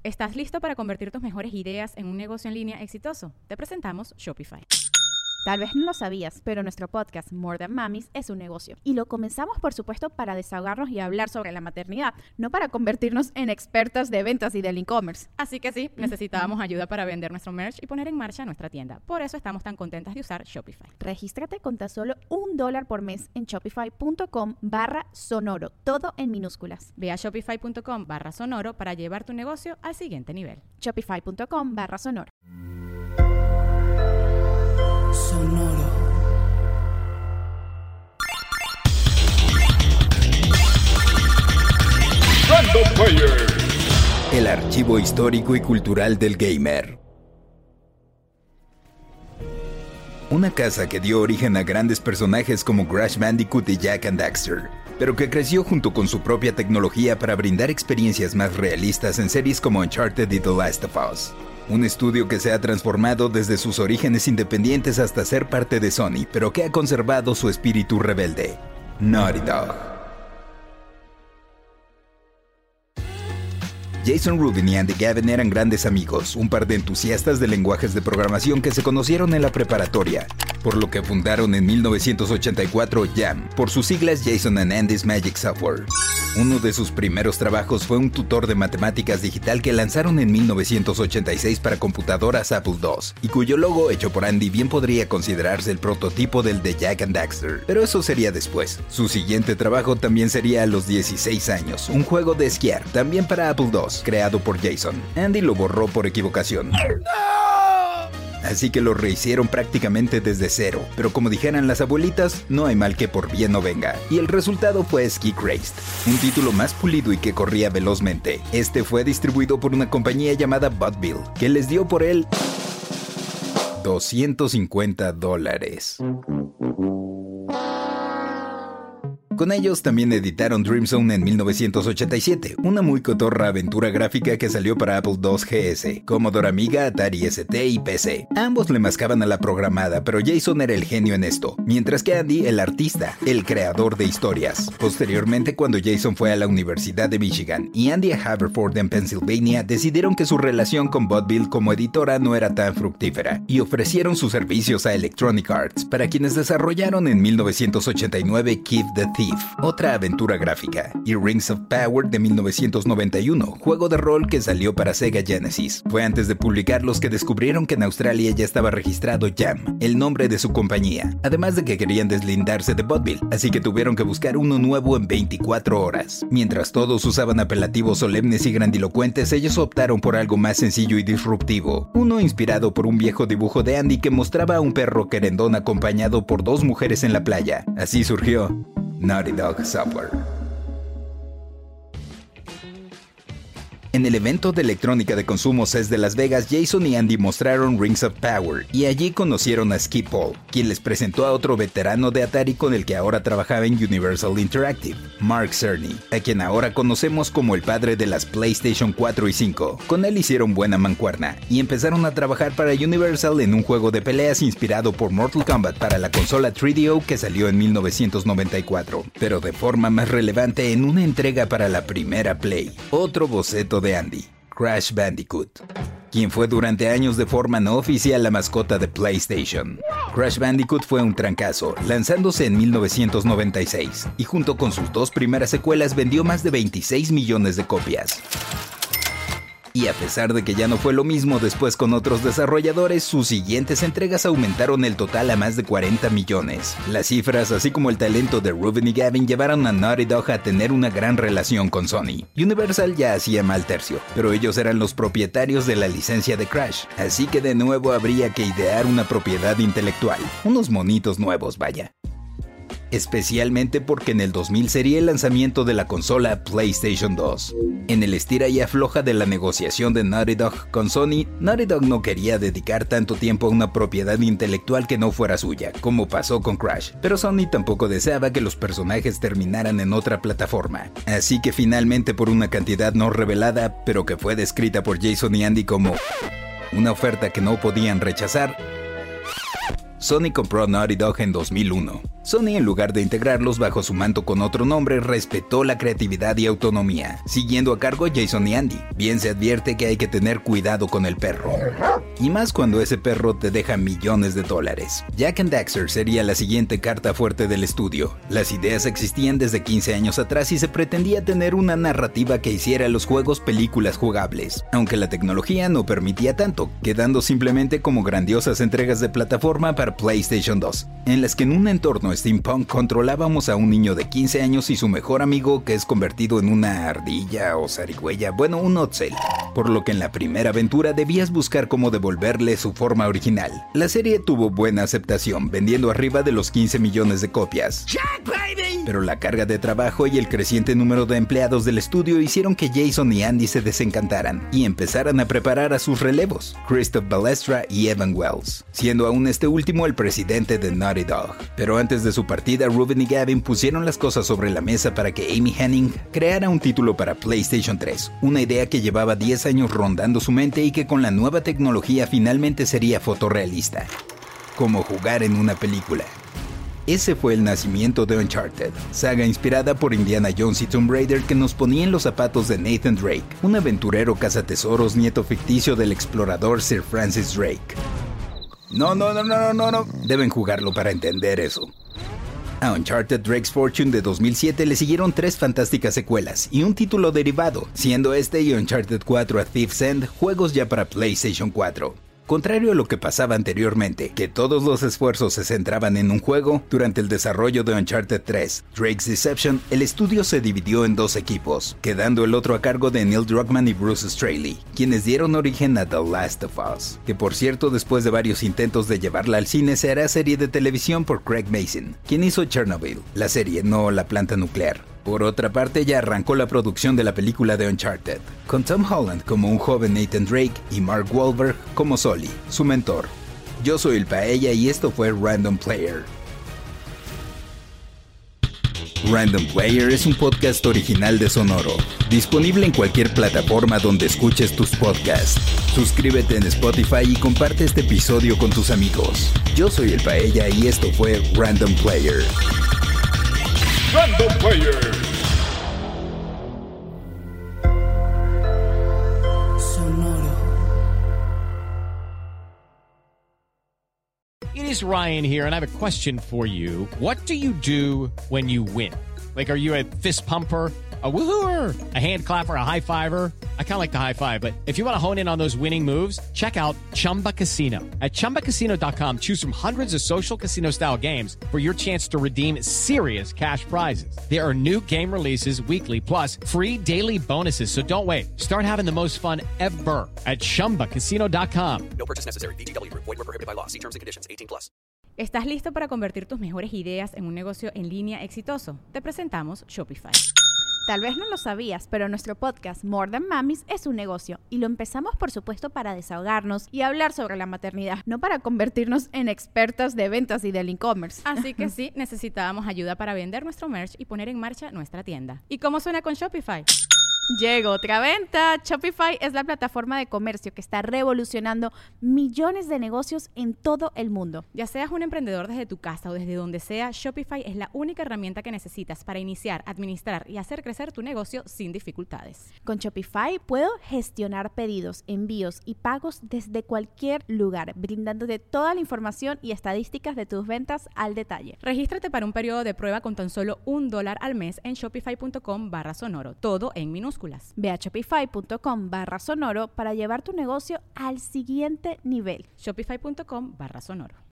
¿Estás listo para convertir tus mejores ideas en un negocio en línea exitoso? Te presentamos Shopify. Tal vez no lo sabías, pero nuestro podcast More Than Mamis es un negocio. Y lo comenzamos, por supuesto, para desahogarnos y hablar sobre la maternidad, no para convertirnos en expertas de ventas y del e-commerce. Así que sí, necesitábamos ayuda para vender nuestro merch y poner en marcha nuestra tienda. Por eso estamos tan contentas de usar Shopify. Regístrate con tan solo $1 por mes en shopify.com/sonoro, todo en minúsculas. Ve a shopify.com/sonoro para llevar tu negocio al siguiente nivel. Shopify.com/sonoro. Sonoro. Random Player. El archivo histórico y cultural del gamer. Una casa que dio origen a grandes personajes como Crash Bandicoot y Jak and Daxter, pero que creció junto con su propia tecnología para brindar experiencias más realistas en series como Uncharted y The Last of Us. Un estudio que se ha transformado desde sus orígenes independientes hasta ser parte de Sony, pero que ha conservado su espíritu rebelde. Naughty Dog. Jason Rubin y Andy Gavin eran grandes amigos, un par de entusiastas de lenguajes de programación que se conocieron en la preparatoria, por lo que fundaron en 1984 Jam, por sus siglas Jason and Andy's Magic Software. Uno de sus primeros trabajos fue un tutor de matemáticas digital que lanzaron en 1986 para computadoras Apple II, y cuyo logo, hecho por Andy, bien podría considerarse el prototipo del de Jak and Daxter, pero eso sería después. Su siguiente trabajo también sería a los 16 años, un juego de esquiar, también para Apple II, creado por Jason. Andy lo borró por equivocación. Así que lo rehicieron prácticamente desde cero, pero como dijeran las abuelitas, no hay mal que por bien no venga. Y el resultado fue Ski Crazed, un título más pulido y que corría velozmente. Este fue distribuido por una compañía llamada Budville, que les dio por él $250. Con ellos también editaron Dream Zone en 1987, una muy cotorra aventura gráfica que salió para Apple II GS, Commodore Amiga, Atari ST y PC. Ambos le mascaban a la programada, pero Jason era el genio en esto, mientras que Andy el artista, el creador de historias. Posteriormente, cuando Jason fue a la Universidad de Michigan y Andy a Haverford en Pennsylvania, decidieron que su relación con Budville como editora no era tan fructífera, y ofrecieron sus servicios a Electronic Arts, para quienes desarrollaron en 1989 Kid the Thief, otra aventura gráfica, y Rings of Power de 1991, juego de rol que salió para Sega Genesis. Fue antes de publicarlos que descubrieron que en Australia ya estaba registrado Jam, el nombre de su compañía, además de que querían deslindarse de Budville, así que tuvieron que buscar uno nuevo en 24 horas. Mientras todos usaban apelativos solemnes y grandilocuentes, ellos optaron por algo más sencillo y disruptivo, uno inspirado por un viejo dibujo de Andy que mostraba a un perro querendón acompañado por dos mujeres en la playa. Así surgió Naughty Dog Software. En el evento de electrónica de consumo CES de Las Vegas, Jason y Andy mostraron Rings of Power, y allí conocieron a Skip Paul, quien les presentó a otro veterano de Atari con el que ahora trabajaba en Universal Interactive, Mark Cerny, a quien ahora conocemos como el padre de las PlayStation 4 y 5. Con él hicieron buena mancuerna, y empezaron a trabajar para Universal en un juego de peleas inspirado por Mortal Kombat para la consola 3DO que salió en 1994, pero de forma más relevante en una entrega para la primera Play, otro boceto de Andy, Crash Bandicoot, quien fue durante años de forma no oficial la mascota de PlayStation. Crash Bandicoot fue un trancazo, lanzándose en 1996, y junto con sus dos primeras secuelas vendió más de 26 millones de copias. Y a pesar de que ya no fue lo mismo después con otros desarrolladores, sus siguientes entregas aumentaron el total a más de 40 millones. Las cifras, así como el talento de Rubin y Gavin, llevaron a Naughty Dog a tener una gran relación con Sony. Universal ya hacía mal tercio, pero ellos eran los propietarios de la licencia de Crash, así que de nuevo habría que idear una propiedad intelectual, unos monitos nuevos, vaya. Especialmente porque en el 2000 sería el lanzamiento de la consola PlayStation 2. En el estira y afloja de la negociación de Naughty Dog con Sony, Naughty Dog no quería dedicar tanto tiempo a una propiedad intelectual que no fuera suya, como pasó con Crash, pero Sony tampoco deseaba que los personajes terminaran en otra plataforma. Así que finalmente, por una cantidad no revelada, pero que fue descrita por Jason y Andy como una oferta que no podían rechazar, Sony compró Naughty Dog en 2001. Sony, en lugar de integrarlos bajo su manto con otro nombre, respetó la creatividad y autonomía, siguiendo a cargo Jason y Andy. Bien se advierte que hay que tener cuidado con el perro. Y más cuando ese perro te deja millones de dólares. Jak and Daxter sería la siguiente carta fuerte del estudio. Las ideas existían desde 15 años atrás y se pretendía tener una narrativa que hiciera los juegos películas jugables, aunque la tecnología no permitía tanto, quedando simplemente como grandiosas entregas de plataforma para PlayStation 2, en las que en un entorno steampunk controlábamos a un niño de 15 años y su mejor amigo que es convertido en una ardilla o zarigüeya, bueno, un Otzel, por lo que en la primera aventura debías buscar cómo devolverle su forma original. La serie tuvo buena aceptación, vendiendo arriba de los 15 millones de copias. Pero la carga de trabajo y el creciente número de empleados del estudio hicieron que Jason y Andy se desencantaran y empezaran a preparar a sus relevos, Christoph Balestra y Evan Wells, siendo aún este último el presidente de Naughty Dog. Pero antes de su partida, Ruben y Gavin pusieron las cosas sobre la mesa para que Amy Hennig creara un título para PlayStation 3, una idea que llevaba 10 años rondando su mente y que con la nueva tecnología finalmente sería fotorrealista, como jugar en una película. Ese fue el nacimiento de Uncharted, saga inspirada por Indiana Jones y Tomb Raider que nos ponía en los zapatos de Nathan Drake, un aventurero cazatesoros nieto ficticio del explorador Sir Francis Drake. No. Deben jugarlo para entender eso. A Uncharted Drake's Fortune de 2007 le siguieron 3 fantásticas secuelas y un título derivado, siendo este y Uncharted 4 A Thief's End juegos ya para PlayStation 4. Contrario a lo que pasaba anteriormente, que todos los esfuerzos se centraban en un juego, durante el desarrollo de Uncharted 3, Drake's Deception, el estudio se dividió en 2 equipos, quedando el otro a cargo de Neil Druckmann y Bruce Straley, quienes dieron origen a The Last of Us, que por cierto después de varios intentos de llevarla al cine se hará serie de televisión por Craig Mazin, quien hizo Chernobyl, la serie, no la planta nuclear. Por otra parte, ya arrancó la producción de la película de Uncharted, con Tom Holland como un joven Nathan Drake y Mark Wahlberg como Sully, su mentor. Yo soy el Paella y esto fue Random Player. Random Player es un podcast original de Sonoro, disponible en cualquier plataforma donde escuches tus podcasts. Suscríbete en Spotify y comparte este episodio con tus amigos. Yo soy el Paella y esto fue Random Player. Random Player. Sonoro. It is Ryan here, and I have a question for you. What do you do when you win? Like, are you a fist pumper, a woohooer, a hand clapper, a high fiver? I kind of like the high five, but if you want to hone in on those winning moves, check out Chumba Casino. At ChumbaCasino.com, choose from hundreds of social casino-style games for your chance to redeem serious cash prizes. There are new game releases weekly, plus free daily bonuses, so don't wait. Start having the most fun ever at ChumbaCasino.com. No purchase necessary. VGW Group. Void where prohibited by law. See terms and conditions. 18+. ¿Estás listo para convertir tus mejores ideas en un negocio en línea exitoso? Te presentamos Shopify. Tal vez no lo sabías, pero nuestro podcast More Than Mamis es un negocio y lo empezamos por supuesto para desahogarnos y hablar sobre la maternidad, no para convertirnos en expertas de ventas y del e-commerce. Así que sí, necesitábamos ayuda para vender nuestro merch y poner en marcha nuestra tienda. ¿Y cómo suena con Shopify? Llegó otra venta. Shopify es la plataforma de comercio que está revolucionando millones de negocios en todo el mundo. Ya seas un emprendedor desde tu casa o desde donde sea, Shopify es la única herramienta que necesitas para iniciar, administrar y hacer crecer tu negocio sin dificultades. Con Shopify puedo gestionar pedidos, envíos y pagos desde cualquier lugar, brindándote toda la información y estadísticas de tus ventas al detalle. Regístrate para un periodo de prueba con tan solo $1 al mes en shopify.com/sonoro, todo en minúsculas. Ve a shopify.com/sonoro para llevar tu negocio al siguiente nivel. Shopify.com/sonoro.